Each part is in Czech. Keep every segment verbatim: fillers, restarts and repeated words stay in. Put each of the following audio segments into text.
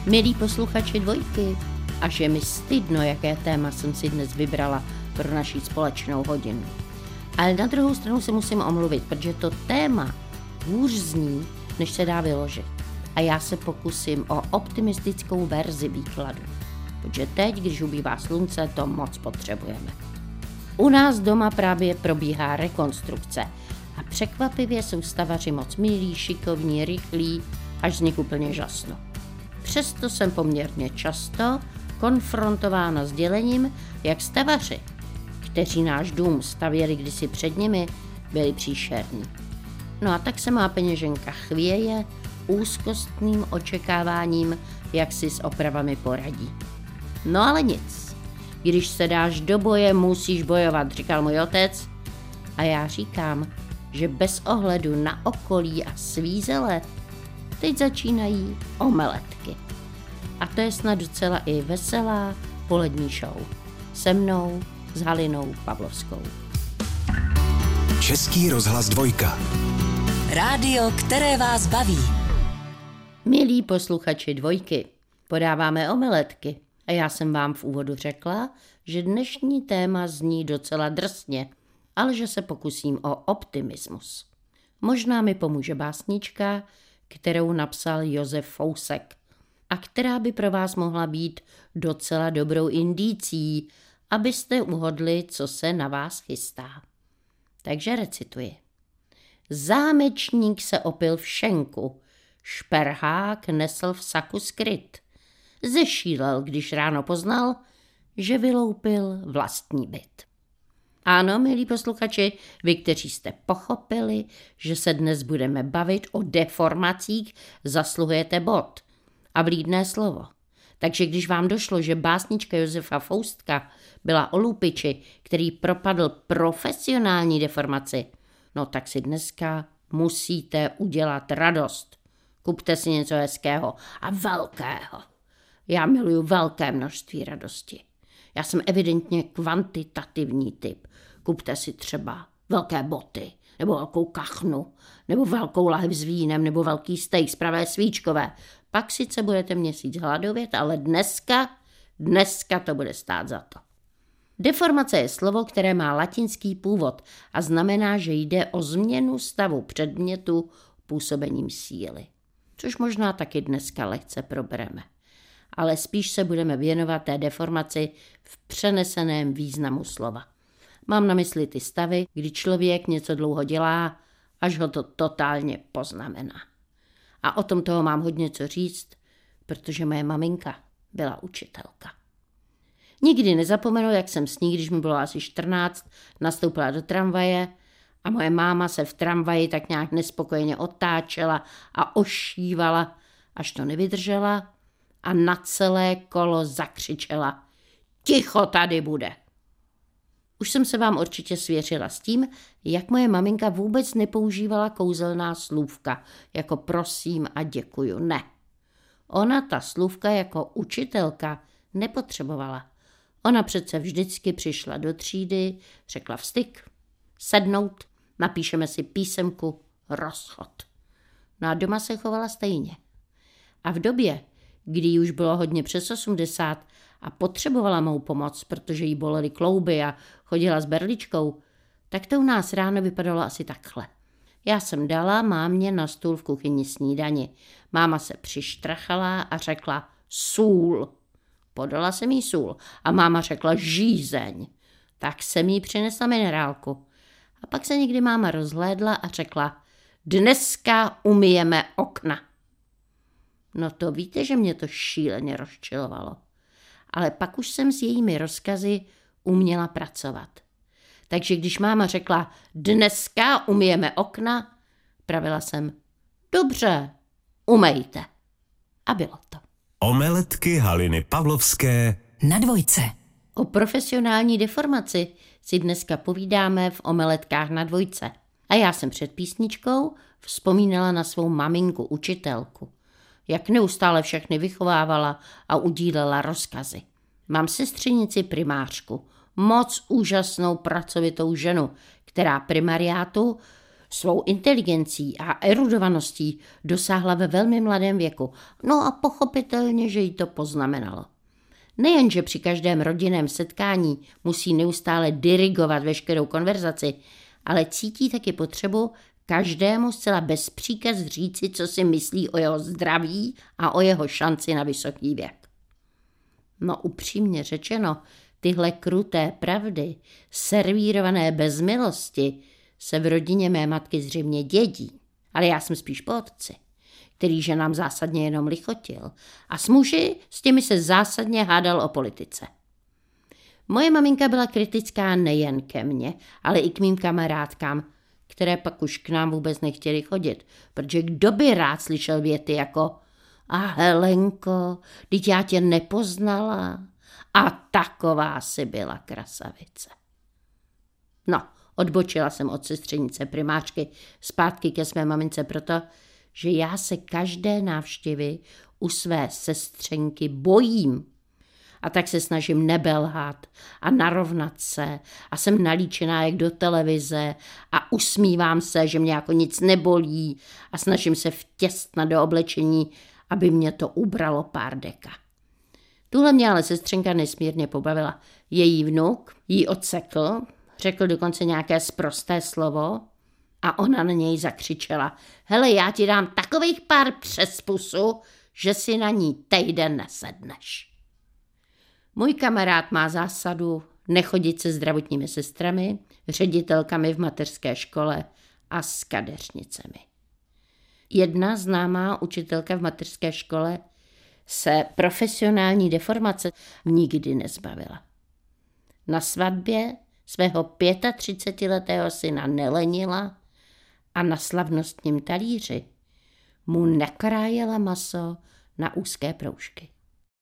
Milí posluchači Dvojky, až je mi stydno, jaké téma jsem si dnes vybrala pro naši společnou hodinu. Ale na druhou stranu se musím omluvit, protože to téma hůř zní, než se dá vyložit. A já se pokusím o optimistickou verzi výkladu, protože teď, když ubývá slunce, to moc potřebujeme. U nás doma právě probíhá rekonstrukce a překvapivě jsou stavaři moc milí, šikovní, rychlí, až z nich úplně žasnu. Přesto jsem poměrně často konfrontována s dělením, jak stavaři, kteří náš dům stavěli kdysi před nimi, byli příšerní. No a tak se má peněženka chvěje úzkostným očekáváním, jak si s opravami poradí. No ale nic, když se dáš do boje, musíš bojovat, říkal můj otec. A já říkám, že bez ohledu na okolí a svízele teď začínají omeletky. A to je snad docela i veselá polední show. Se mnou, s Halinou Pavlovskou. Český rozhlas Dvojka. Rádio, které vás baví. Milí posluchači Dvojky, podáváme omeletky. A já jsem vám v úvodu řekla, že dnešní téma zní docela drsně, ale že se pokusím o optimismus. Možná mi pomůže básnička, kterou napsal Josef Fousek a která by pro vás mohla být docela dobrou indicí, abyste uhodli, co se na vás chystá. Takže recituji. Zámečník se opil v šenku, šperhák nesl v saku skryt. Zešílel, když ráno poznal, že vyloupil vlastní byt. Ano, milí posluchači, vy, kteří jste pochopili, že se dnes budeme bavit o deformacích, zasluhujete bod a vlídné slovo. Takže když vám došlo, že básnička Josefa Foustka byla o lupiči, který propadl profesionální deformaci, no tak si dneska musíte udělat radost. Kupte si něco hezkého a velkého. Já miluju velké množství radosti. Já jsem evidentně kvantitativní typ. Kupte si třeba velké boty, nebo velkou kachnu, nebo velkou lahev s vínem, nebo velký steak z pravé svíčkové. Pak sice budete měsíc hladovět, ale dneska, dneska to bude stát za to. Deformace je slovo, které má latinský původ a znamená, že jde o změnu stavu předmětu působením síly. Což možná taky dneska lehce probereme. Ale spíš se budeme věnovat té deformaci v přeneseném významu slova. Mám na mysli ty stavy, kdy člověk něco dlouho dělá, až ho to totálně poznamená. A o tom toho mám hodně co říct, protože moje maminka byla učitelka. Nikdy nezapomenu, jak jsem s ní, když mi bylo asi čtrnáct, nastoupila do tramvaje a moje máma se v tramvaji tak nějak nespokojeně otáčela a ošívala, až to nevydržela a na celé kolo zakřičela: Ticho tady bude! Už jsem se vám určitě svěřila s tím, jak moje maminka vůbec nepoužívala kouzelná slůvka, jako prosím a děkuju, ne. Ona ta slůvka jako učitelka nepotřebovala. Ona přece vždycky přišla do třídy, řekla vstyk, sednout, napíšeme si písemku, rozchod. No a doma se chovala stejně. A v době, kdy jí už bylo hodně přes osmdesát a potřebovala mou pomoc, protože jí bolely klouby a chodila s berličkou, tak to u nás ráno vypadalo asi takhle. Já jsem dala mámě na stůl v kuchyni snídani. Máma se přištrachala a řekla sůl. Podala jsem jí sůl a máma řekla žízeň. Tak jsem jí přinesla minerálku. A pak se někdy máma rozhlédla a řekla dneska umyjeme okna. No to víte, že mě to šíleně rozčilovalo. Ale pak už jsem s jejími rozkazy uměla pracovat. Takže když máma řekla dneska umyjeme okna, pravila jsem dobře, umejte. A bylo to. Omeletky Haliny Pavlovské Na Dvojce. O profesionální deformaci si dneska povídáme v Omeletkách na Dvojce. A já jsem před písničkou vzpomínala na svou maminku, učitelku. Jak neustále všechny vychovávala a udílela rozkazy. Mám sestřenici primářku, moc úžasnou pracovitou ženu, která primariátu Svou inteligencí a erudovaností dosáhla ve velmi mladém věku, no a pochopitelně, že jí to poznamenalo. Nejenže při každém rodinném setkání musí neustále dirigovat veškerou konverzaci, ale cítí taky potřebu každému zcela bez příkaz říci, co si myslí o jeho zdraví a o jeho šanci na vysoký věk. No upřímně řečeno, tyhle kruté pravdy, servírované bez milosti, se v rodině mé matky zřejmě dědí. Ale já jsem spíš po otci, který že nám zásadně jenom lichotil a s muži s těmi se zásadně hádal o politice. Moje maminka byla kritická nejen ke mně, ale i k mým kamarádkám, které pak už k nám vůbec nechtěli chodit, protože kdo by rád slyšel věty jako a Helenko, vždyť já tě nepoznala a taková si byla krasavice. No, odbočila jsem od sestřenice primářky zpátky ke své mamince proto, že já se každé návštěvy u své sestřenky bojím. A tak se snažím nebelhat a narovnat se a jsem nalíčená jak do televize a usmívám se, že mě jako nic nebolí a snažím se vtěstnat do oblečení, aby mě to ubralo pár deka. Tuhle mě ale sestřenka nesmírně pobavila. Její vnuk jí odsekl, řekl dokonce nějaké sprosté slovo a ona na něj zakřičela. Hele, já ti dám takových pár přes pusu, že si na ní týden nesedneš. Můj kamarád má zásadu nechodit se zdravotními sestrami, ředitelkami v mateřské škole a s kadeřnicemi. Jedna známá učitelka v mateřské škole se profesionální deformace nikdy nezbavila. Na svatbě svého třicetiletého syna nelenila a na slavnostním talíři mu nakrájela maso na úzké proužky.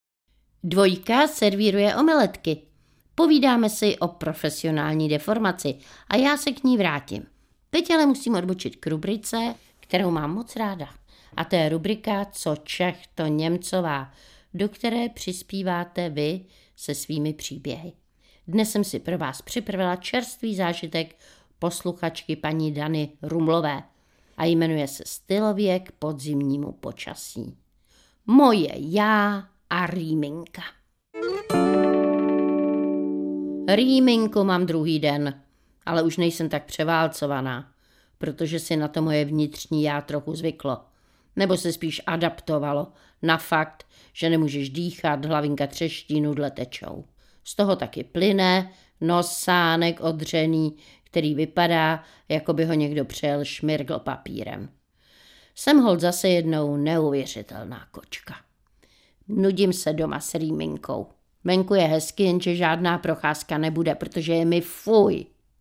Dvojka servíruje omeletky. Povídáme si o profesionální deformaci a já se k ní vrátím. Teď ale musím odbočit k rubrice, kterou mám moc ráda. A to je rubrika Co Čech, to Němcová, do které přispíváte vy se svými příběhy. Dnes jsem si pro vás připravila čerstvý zážitek posluchačky paní Dany Rumlové a jmenuje se Stylově k podzimnímu počasí. Moje já a rýminka. Rýminku mám druhý den, ale už nejsem tak převálcovaná, protože si na to moje vnitřní já trochu zvyklo. Nebo se spíš adaptovalo na fakt, že nemůžeš dýchat, hlavinka třeští, nudle tečou. Z toho taky plyne nosánek odřený, který vypadá, jako by ho někdo přejel šmirgl papírem. Jsem holt zase jednou neuvěřitelná kočka. Nudím se doma s rýminkou. Venku je hezky, jenže žádná procházka nebude, protože je mi fuj.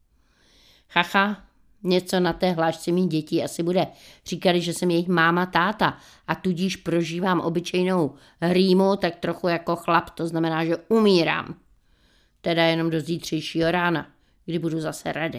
Chacha, něco na té hlášce mých dětí asi bude. Říkali, že jsem jejich máma, táta a tudíž prožívám obyčejnou rýmu tak trochu jako chlap, to znamená, že umírám. Teda jenom do zítřejšího rána, kdy budu zase ready.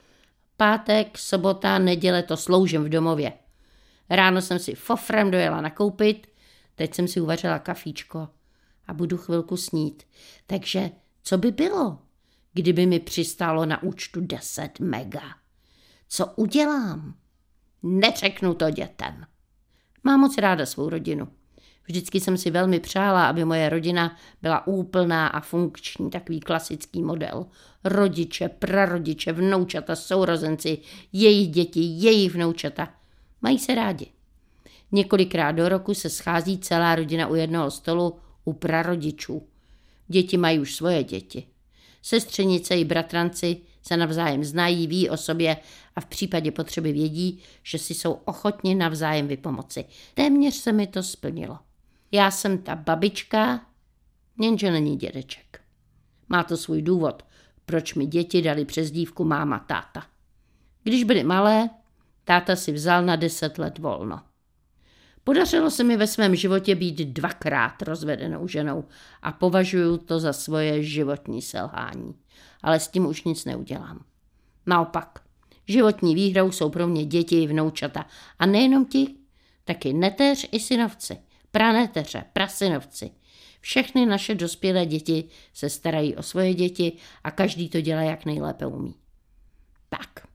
Pátek, sobota, neděle to sloužím v domově. Ráno jsem si fofrem dojela nakoupit, teď jsem si uvařila kafíčko a budu chvilku snít. Takže co by bylo, kdyby mi přistálo na účtu deset mega? Co udělám? Neřeknu to dětem. Mám moc ráda svou rodinu. Vždycky jsem si velmi přála, aby moje rodina byla úplná a funkční, takový klasický model. Rodiče, prarodiče, vnoučata, sourozenci, jejich děti, jejich vnoučata. Mají se rádi. Několikrát do roku se schází celá rodina u jednoho stolu u prarodičů. Děti mají už svoje děti. Sestřenice i bratranci se navzájem znají, ví o sobě a v případě potřeby vědí, že si jsou ochotni navzájem vypomoci. Téměř se mi to splnilo. Já jsem ta babička, jenže není dědeček. Má to svůj důvod, proč mi děti dali přezdívku máma, táta. Když byly malé, táta si vzal na deset let volno. Podařilo se mi ve svém životě být dvakrát rozvedenou ženou a považuju to za svoje životní selhání. Ale s tím už nic neudělám. Naopak, životní výhrou jsou pro mě děti i vnoučata. A nejenom ti, taky neteř i synovci, praneteře, prasynovci. Všechny naše dospělé děti se starají o svoje děti a každý to dělá, jak nejlépe umí. Tak, a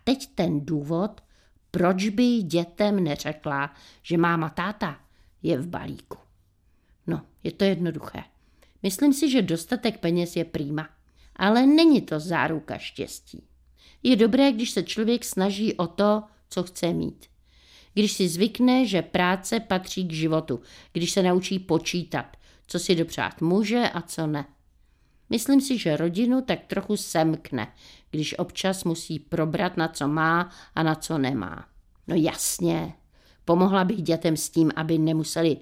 teď ten důvod, proč by dětem neřekla, že máma táta je v balíku. No, je to jednoduché. Myslím si, že dostatek peněz je prima, ale není to záruka štěstí. Je dobré, když se člověk snaží o to, co chce mít. Když si zvykne, že práce patří k životu, když se naučí počítat, co si dopřát může a co ne. Myslím si, že rodinu tak trochu semkne, když občas musí probrat, na co má a na co nemá. No jasně, pomohla bych dětem s tím, aby nemuseli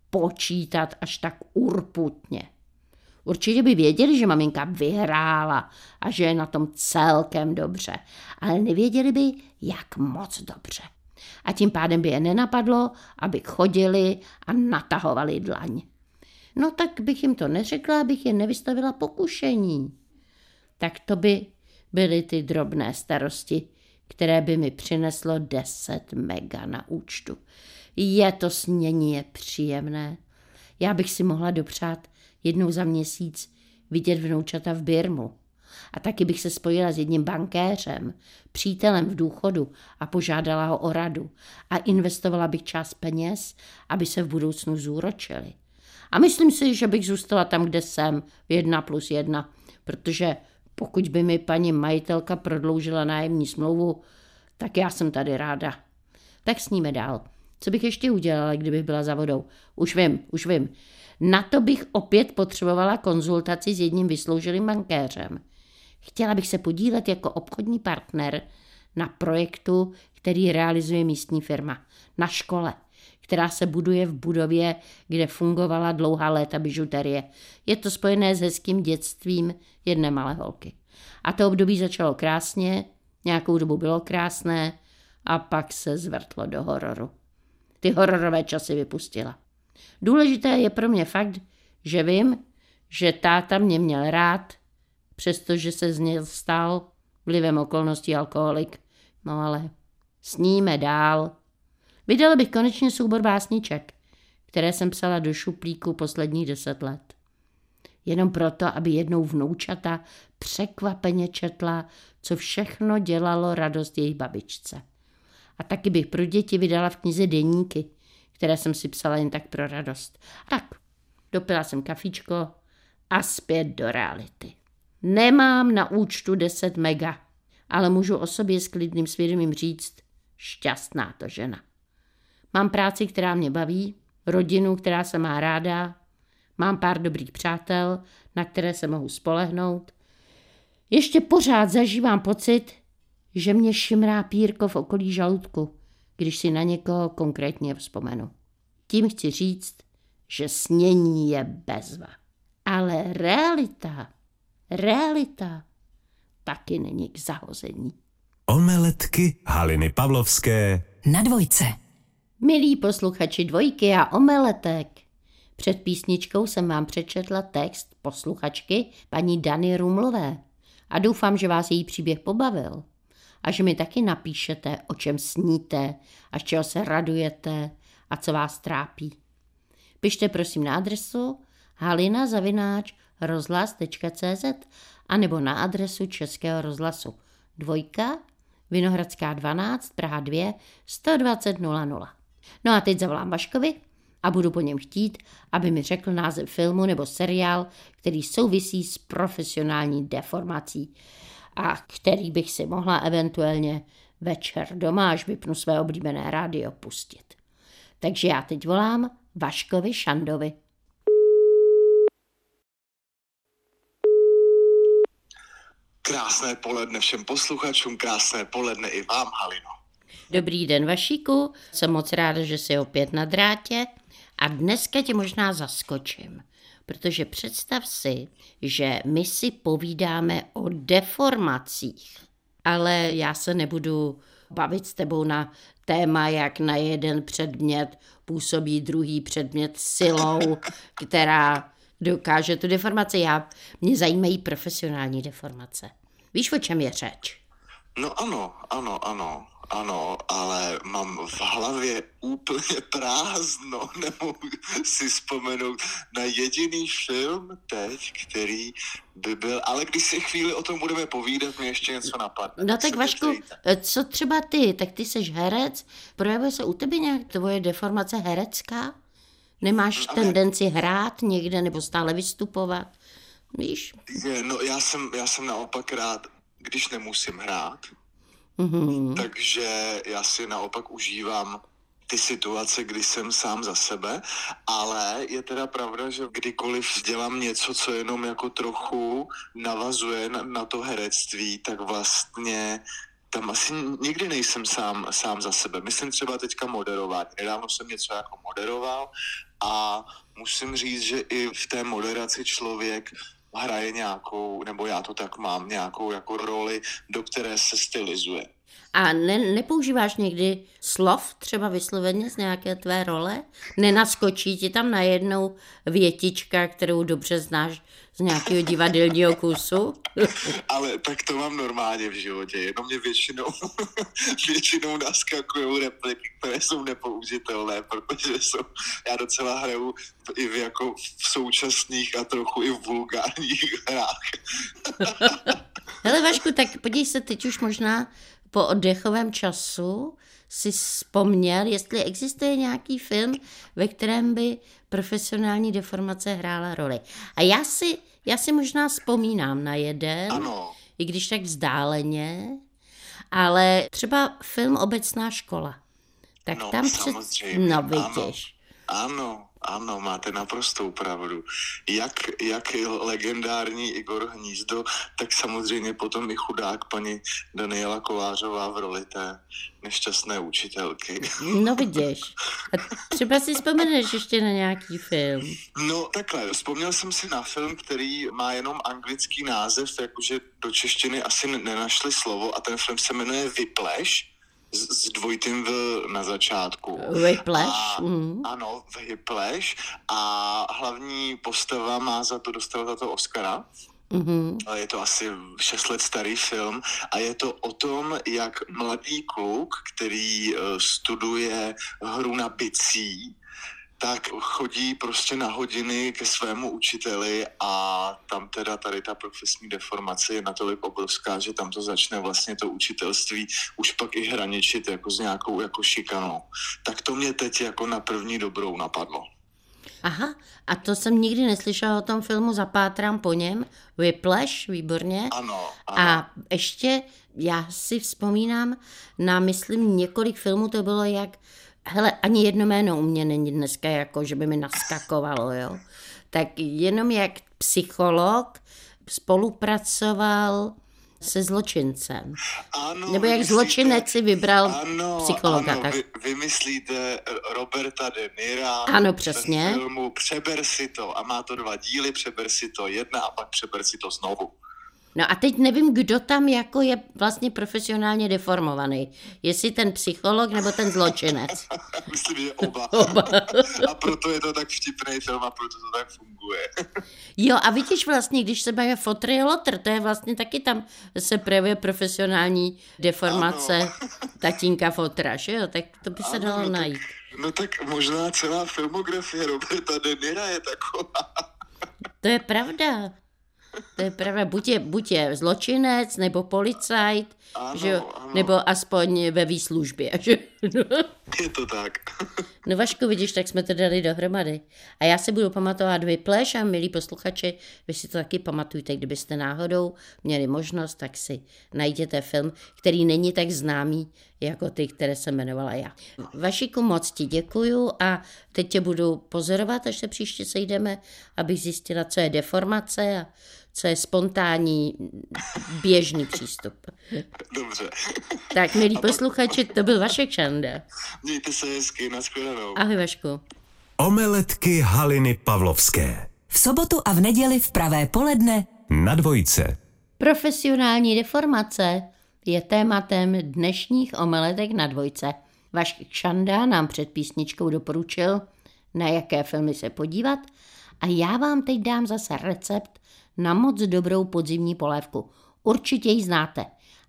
počítat až tak urputně. Určitě by věděli, že maminka vyhrála a že je na tom celkem dobře, ale nevěděli by, jak moc dobře. A tím pádem by je nenapadlo, aby chodili a natahovali dlaň. No tak bych jim to neřekla, abych je nevystavila pokušení. Tak to by byly ty drobné starosti, které by mi přineslo deset mega na účtu. Je to snění, je příjemné. Já bych si mohla dopřát jednou za měsíc vidět vnoučata v Birmu. A taky bych se spojila s jedním bankéřem, přítelem v důchodu a požádala ho o radu. A investovala bych část peněz, aby se v budoucnu zúročili. A myslím si, že bych zůstala tam, kde jsem, v jedna plus jedna, protože pokud by mi paní majitelka prodloužila nájemní smlouvu, tak já jsem tady ráda. Tak sníme dál. Co bych ještě udělala, kdybych byla za vodou? Už vím, už vím. Na to bych opět potřebovala konzultaci s jedním vysloužilým bankéřem. Chtěla bych se podílet jako obchodní partner na projektu, který realizuje místní firma. Na škole, která se buduje v budově, kde fungovala dlouhá léta bižuterie. Je to spojené s hezkým dětstvím jedné malé holky. A to období začalo krásně, nějakou dobu bylo krásné a pak se zvrtlo do hororu. Ty hororové časy vypustila. Důležité je pro mě fakt, že vím, že táta mě měl rád, přestože se z něj stal vlivem okolností alkoholik. No ale sníme dál. Vydala bych konečně soubor básniček, které jsem psala do šuplíku posledních deset let. Jenom proto, aby jednou vnoučata překvapeně četla, co všechno dělalo radost jejich babičce. A taky bych pro děti vydala v knize deníky, které jsem si psala jen tak pro radost. Tak, dopila jsem kafíčko a zpět do reality. Nemám na účtu deset mega, ale můžu o sobě s klidným svědomím říct, šťastná to žena. Mám práci, která mě baví, rodinu, která se má ráda, mám pár dobrých přátel, na které se mohu spolehnout. Ještě pořád zažívám pocit, že mě šimrá pírko v okolí žaludku, když si na někoho konkrétně vzpomenu. Tím chci říct, že snění je bezva. Ale realita, realita taky není k zahození. Omeletky Haliny Pavlovské Na dvojce. Milí posluchači dvojky a omeletek, před písničkou jsem vám přečetla text posluchačky paní Dany Rumlové a doufám, že vás její příběh pobavil a že mi taky napíšete, o čem sníte a z čeho se radujete a co vás trápí. Pište prosím na adresu halina zavináč rozhlas tečka cé zet a nebo na adresu Českého rozhlasu dvojka, Vinohradská dvanáct, Praha dva, sto dvacet nula nula. No a teď zavolám Vaškovi a budu po něm chtít, aby mi řekl název filmu nebo seriál, který souvisí s profesionální deformací a který bych si mohla eventuálně večer doma, až vypnu své oblíbené rádio, pustit. Takže já teď volám Vaškovi Šandovi. Krásné poledne všem posluchačům, krásné poledne i vám, Halino. Dobrý den, Vašíku, jsem moc ráda, že jsi opět na drátě a dneska tě možná zaskočím, protože představ si, že my si povídáme o deformacích, ale já se nebudu bavit s tebou na téma, jak na jeden předmět působí druhý předmět silou, která dokáže tu deformaci. Já, mě zajímají profesionální deformace. Víš, o čem je řeč? No ano, ano, ano. ano, ale mám v hlavě úplně prázdno, nemohu si vzpomenout na jediný film teď, který by byl, ale když si chvíli o tom budeme povídat, mi ještě něco napadne. No tak Vašku, co třeba ty, tak ty seš herec, projevuje se u tebe nějak tvoje deformace herecká? Nemáš Ale... tendenci hrát někde nebo stále vystupovat? Víš? Je, no já jsem, já jsem naopak rád, když nemusím hrát, Mm-hmm. takže já si naopak užívám ty situace, kdy jsem sám za sebe, ale je teda pravda, že kdykoliv dělám něco, co jenom jako trochu navazuje na, na to herectví, tak vlastně tam asi nikdy nejsem sám, sám za sebe. Myslím třeba teďka moderování. Nedávno jsem něco jako moderoval a musím říct, že i v té moderaci člověk hraje nějakou, nebo já to tak mám, nějakou jako roli, do které se stylizuje. A ne, nepoužíváš někdy slov třeba vysloveně z nějaké tvé role? Nenaskočí ti tam najednou větička, kterou dobře znáš z nějakého divadelního kusu? Ale tak to mám normálně v životě, jenom mě většinou, většinou naskakují repliky, které jsou nepoužitelné, protože jsou, já docela hraju i v, jako v současných a trochu i v vulgárních hrách. Hele Vašku, tak podívej se teď už možná po oddechovém času si vzpomněl, jestli existuje nějaký film, ve kterém by profesionální deformace hrála roli. A já si, já si možná vzpomínám na jeden, Ano. i když tak vzdáleně, ale třeba film Obecná škola. Tak No, tam samozřejmě, No ano. vidíš. Ano, ano, máte naprostou pravdu. Jak, jak legendární Igor Hnízdo, tak samozřejmě potom i chudák paní Daniela Kolářová v roli té nešťastné učitelky. No vidíš. A třeba si vzpomeneš ještě na nějaký film. No takhle, vzpomněl jsem si na film, který má jenom anglický název, jakože do češtiny asi nenašli slovo a ten film se jmenuje Whiplash. S dvojitým V na začátku. Whiplash? A, mm. Ano, Whiplash. A hlavní postava má za to, dostala za to Oscara. Mm-hmm. Je to asi šest let starý film a je to o tom, jak mladý kluk, který studuje hru na bicí, tak chodí prostě na hodiny ke svému učiteli a tam teda tady ta profesní deformace je natolik obrovská, že tam to začne vlastně to učitelství už pak i hraničit jako s nějakou jako šikanou. Tak to mě teď jako na první dobrou napadlo. Aha, a to jsem nikdy neslyšela o tom filmu, zapátrám po něm. Whiplash, výborně. Ano, ano. A ještě, já si vzpomínám na, myslím, několik filmů, to bylo jak, hele, ani jedno jméno u mě není dneska jako, že by mi naskakovalo, jo. Tak jenom jak psycholog spolupracoval se zločincem. Ano, Nebo jak vymyslíte, zločinec si vybral ano, psychologa. Ano, tak. vy, vymyslíte Roberta De Nira. Ano, přesně. V filmu Přeber si to a má to dva díly, Přeber si to jedna a pak Přeber si to znovu. No a teď nevím, kdo tam jako je vlastně profesionálně deformovaný. Jestli ten psycholog nebo ten zločinec. Myslím, že oba. Oba. A proto je to tak vtipný film a proto to tak funguje. Jo, a vidíš vlastně, když se baví Fotr je Lotr, to je vlastně taky tam se projevuje profesionální deformace ano. Tatínka Fotra, že jo? Tak to by se ano, dalo no najít. Tak, no tak možná celá filmografie Roberta De Nira je taková. To je pravda. To je pravda, buď je, buď je zločinec, nebo policajt, ano, že jo? Ano. Nebo aspoň ve výslužbě. Že? No. Je to tak. No Vašku, vidíš, tak jsme to dali dohromady. A já si budu pamatovat Whiplash a milí posluchači, vy si to taky pamatujte, kdybyste náhodou měli možnost, tak si najděte film, který není tak známý jako ty, které jsem jmenovala já. Vašiku, moc ti děkuju a teď tě budu pozorovat, až se příště sejdeme, abych zjistila, co je deformace a co je spontánní, běžný přístup. Dobře. Tak, milí posluchači, to byl Vašek Šanda. Mějte se hezky, nashledanou. Ahoj, Vašku. Omeletky Haliny Pavlovské. V sobotu a v neděli v pravé poledne Na dvojce. Profesionální deformace je tématem dnešních omeletek na dvojce. Vašek Šanda nám před písničkou doporučil, na jaké filmy se podívat a já vám teď dám zase recept na moc dobrou podzimní polévku. Určitě ji znáte.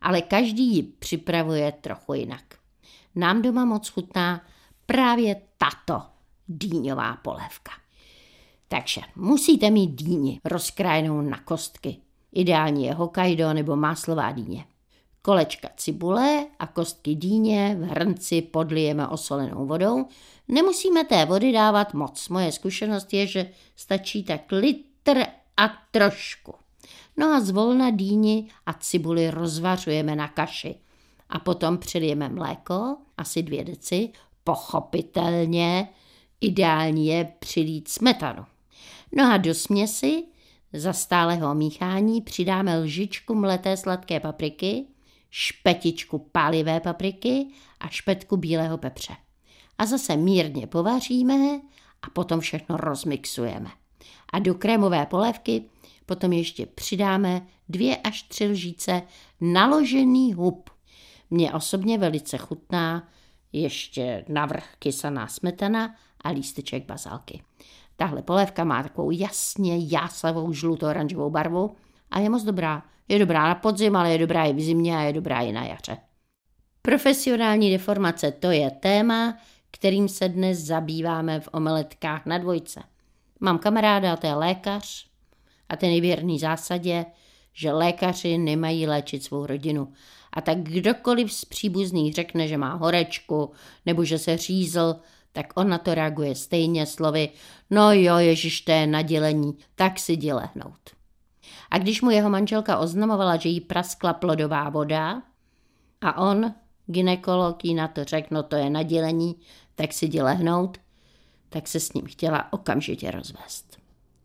ale každý ji připravuje trochu jinak. Nám doma moc chutná právě tato dýňová polévka. Takže musíte mít dýni rozkrájenou na kostky. Ideální je Hokkaido nebo máslová dýně. Kolečka cibule a kostky dýně v hrnci podlijeme osolenou vodou. Nemusíme té vody dávat moc. Moje zkušenost je, že stačí tak litr a trošku. No a zvolna dýni a cibuli rozvařujeme na kaši. A potom přilijeme mléko, asi dvě deci. Pochopitelně ideální je přilít smetanu. No a do směsi za stálého míchání přidáme lžičku mleté sladké papriky, špetičku pálivé papriky a špetku bílého pepře. A zase mírně povaříme a potom všechno rozmixujeme. A do krémové polévky potom ještě přidáme dvě až tři lžíce naložený hub. Mně osobně velice chutná ještě navrch kysaná smetana a lísteček bazalky. Tahle polévka má takovou jasně jásavou žluto-oranžovou barvu a je moc dobrá. Je dobrá na podzim, ale je dobrá i v zimě a je dobrá i na jaře. Profesionální deformace, to je téma, kterým se dnes zabýváme v omeletkách na dvojce. Mám kamaráda, to je lékař a ten je věrný zásadě, že lékaři nemají léčit svou rodinu. A tak kdokoliv z příbuzných řekne, že má horečku nebo že se řízl, tak on na to reaguje stejně slovy: no jo, ježiš, to je nadělení, tak si jdi lehnout. A když mu jeho manželka oznamovala, že jí praskla plodová voda a on, gynekolog, jí na to řekl, no to je nadělení, tak si jdi lehnout, tak se s ním chtěla okamžitě rozvést.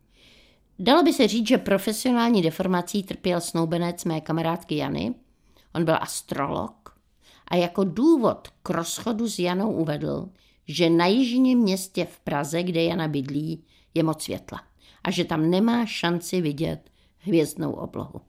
Dalo by se říct, že profesionální deformací trpěl snoubenec mé kamarádky Jany. On byl astrolog a jako důvod k rozchodu s Janou uvedl, že na jižním městě v Praze, kde Jana bydlí, je moc světla a že tam nemá šanci vidět hvězdnou oblohu.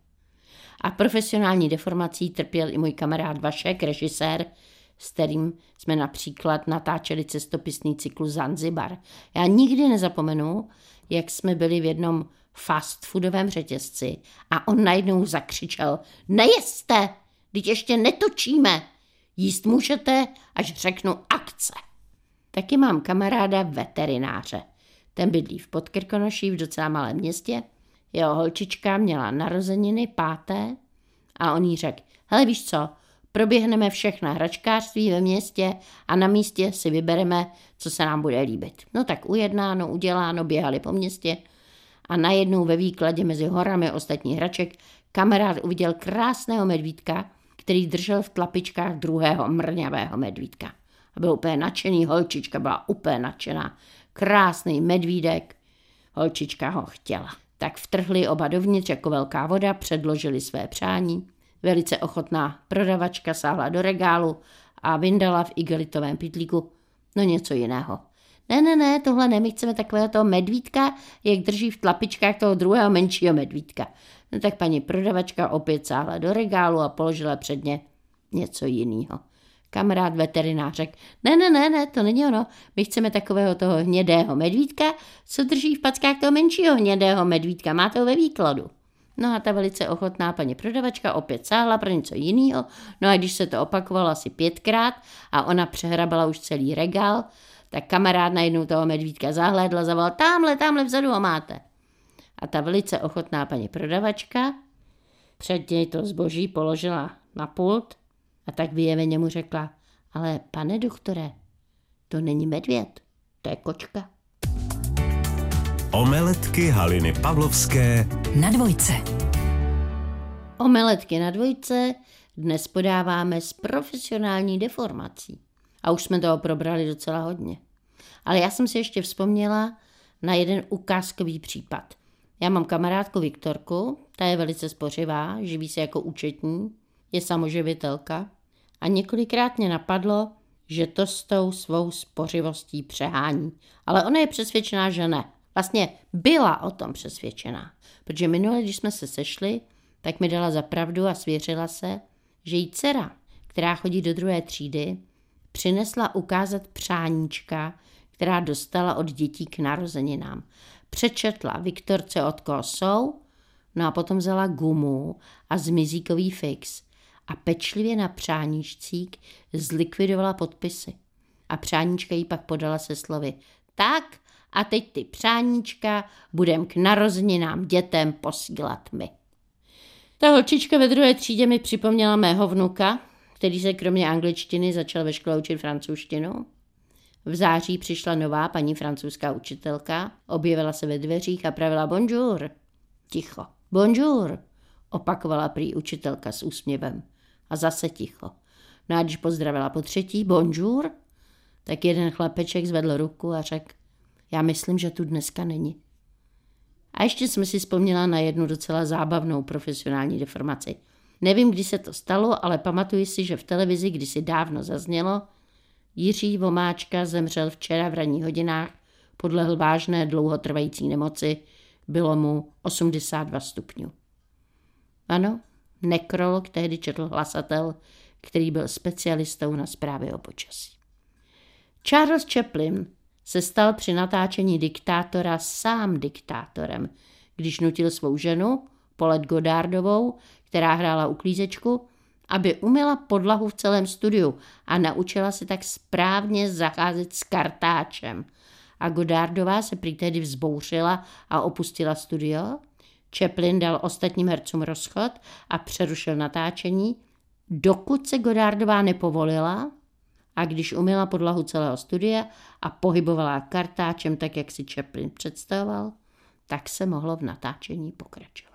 A profesionální deformací trpěl i můj kamarád Vašek, režisér, s kterým jsme například natáčeli cestopisný cyklus Zanzibar. Já nikdy nezapomenu, jak jsme byli v jednom fast foodovém řetězci a on najednou zakřičel: nejeste, teď ještě netočíme, jíst můžete, až řeknu akce. Taky mám kamaráda veterináře. Ten bydlí v Podkrkonoší v docela malém městě. Jeho holčička měla narozeniny páté a on jí řekl: hele, víš co, proběhneme všechna hračkářství ve městě a na místě si vybereme, co se nám bude líbit. No tak ujednáno, uděláno, běhali po městě a najednou ve výkladě mezi horami ostatních hraček kamarád uviděl krásného medvídka, který držel v tlapičkách druhého mrňavého medvídka. A byl úplně nadšený, holčička byla úplně nadšená. Krásný medvídek, holčička ho chtěla. Tak vtrhli oba dovnitř jako velká voda, předložili své přání. Velice ochotná prodavačka sáhla do regálu a vyndala v igelitovém pytlíku no něco jiného. Ne, ne, ne, tohle ne, my chceme takového toho medvídka, jak drží v tlapičkách toho druhého menšího medvídka. No tak paní prodavačka opět sáhla do regálu a položila před ně něco jiného. Kamarád veterinář řekl: ne, ne, ne, ne, to není ono, my chceme takového toho hnědého medvídka, co drží v packách toho menšího hnědého medvídka, máte ho ve výkladu. No a ta velice ochotná paní prodavačka opět sáhla pro něco jiného, no a když se to opakovalo asi pětkrát a ona přehrabala už celý regál, tak kamarád najednou toho medvídka zahlédla, zavolal: támhle, támhle vzadu ho máte. A ta velice ochotná paní prodavačka před něj to zboží položila na pult a tak vyjeveně mu řekla: ale pane doktore, to není medvěd, to je kočka. Omeletky Haliny Pavlovské na dvojce. Omeletky na dvojce dnes podáváme s profesionální deformací. A už jsme toho probrali docela hodně. Ale já jsem si ještě vzpomněla na jeden ukázkový případ. Já mám kamarádku Viktorku, ta je velice spořivá, živí se jako účetní, je samoživitelka a několikrát mě napadlo, že to s tou svou spořivostí přehání. Ale ona je přesvědčená, že ne. Vlastně byla o tom přesvědčená. Protože minule, když jsme se sešli, tak mi dala za pravdu a svěřila se, že jí dcera, která chodí do druhé třídy, přinesla ukázat přáníčka, která dostala od dětí k narozeninám. Přečetla Viktorce, od koho jsou, no a potom vzala gumu a zmizíkový fix a pečlivě na přáníčcík zlikvidovala podpisy. A přáníčka jí pak podala se slovy: tak a teď ty přáníčka budem k narozeninám dětem posílat my. Ta holčička ve druhé třídě mi připomněla mého vnuka, který se kromě angličtiny začal ve škole učit francouzštinu. V září přišla nová paní francouzská učitelka, objevila se ve dveřích a pravila bonjour. Ticho. Bonjour, opakovala prý učitelka s úsměvem. A zase ticho. No a když pozdravila po třetí bonjour, tak jeden chlapeček zvedl ruku a řekl: já myslím, že tu dneska není. A ještě jsem si vzpomněla na jednu docela zábavnou profesionální deformaci. Nevím, kdy se to stalo, ale pamatuji si, že v televizi kdysi dávno zaznělo: Jiří Vomáčka zemřel včera v ranních hodinách, podlehl vážné dlouhotrvající nemoci, bylo mu osmdesát dva stupňů. Ano, nekrolog tehdy četl hlasatel, který byl specialistou na zprávy o počasí. Charles Chaplin se stal při natáčení Diktátora sám diktátorem, když nutil svou ženu, Paulette Goddardovou, která hrála uklízečku, aby umyla podlahu v celém studiu a naučila se tak správně zacházet s kartáčem. A Goddardová se prý tehdy vzbouřila a opustila studio. Chaplin dal ostatním hercům rozchod a přerušil natáčení, dokud se Goddardová nepovolila, a když umyla podlahu celého studia a pohybovala kartáčem tak, jak si Chaplin představoval, tak se mohlo v natáčení pokračovat.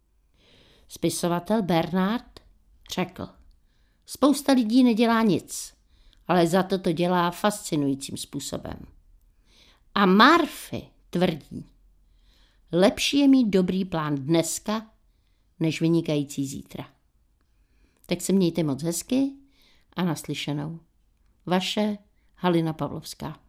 Spisovatel Bernard řekl: spousta lidí nedělá nic, ale za to to dělá fascinujícím způsobem. A Murphy tvrdí: lepší je mít dobrý plán dneska, než vynikající zítra. Tak se mějte moc hezky a naslyšenou. Vaše Halina Pavlovská.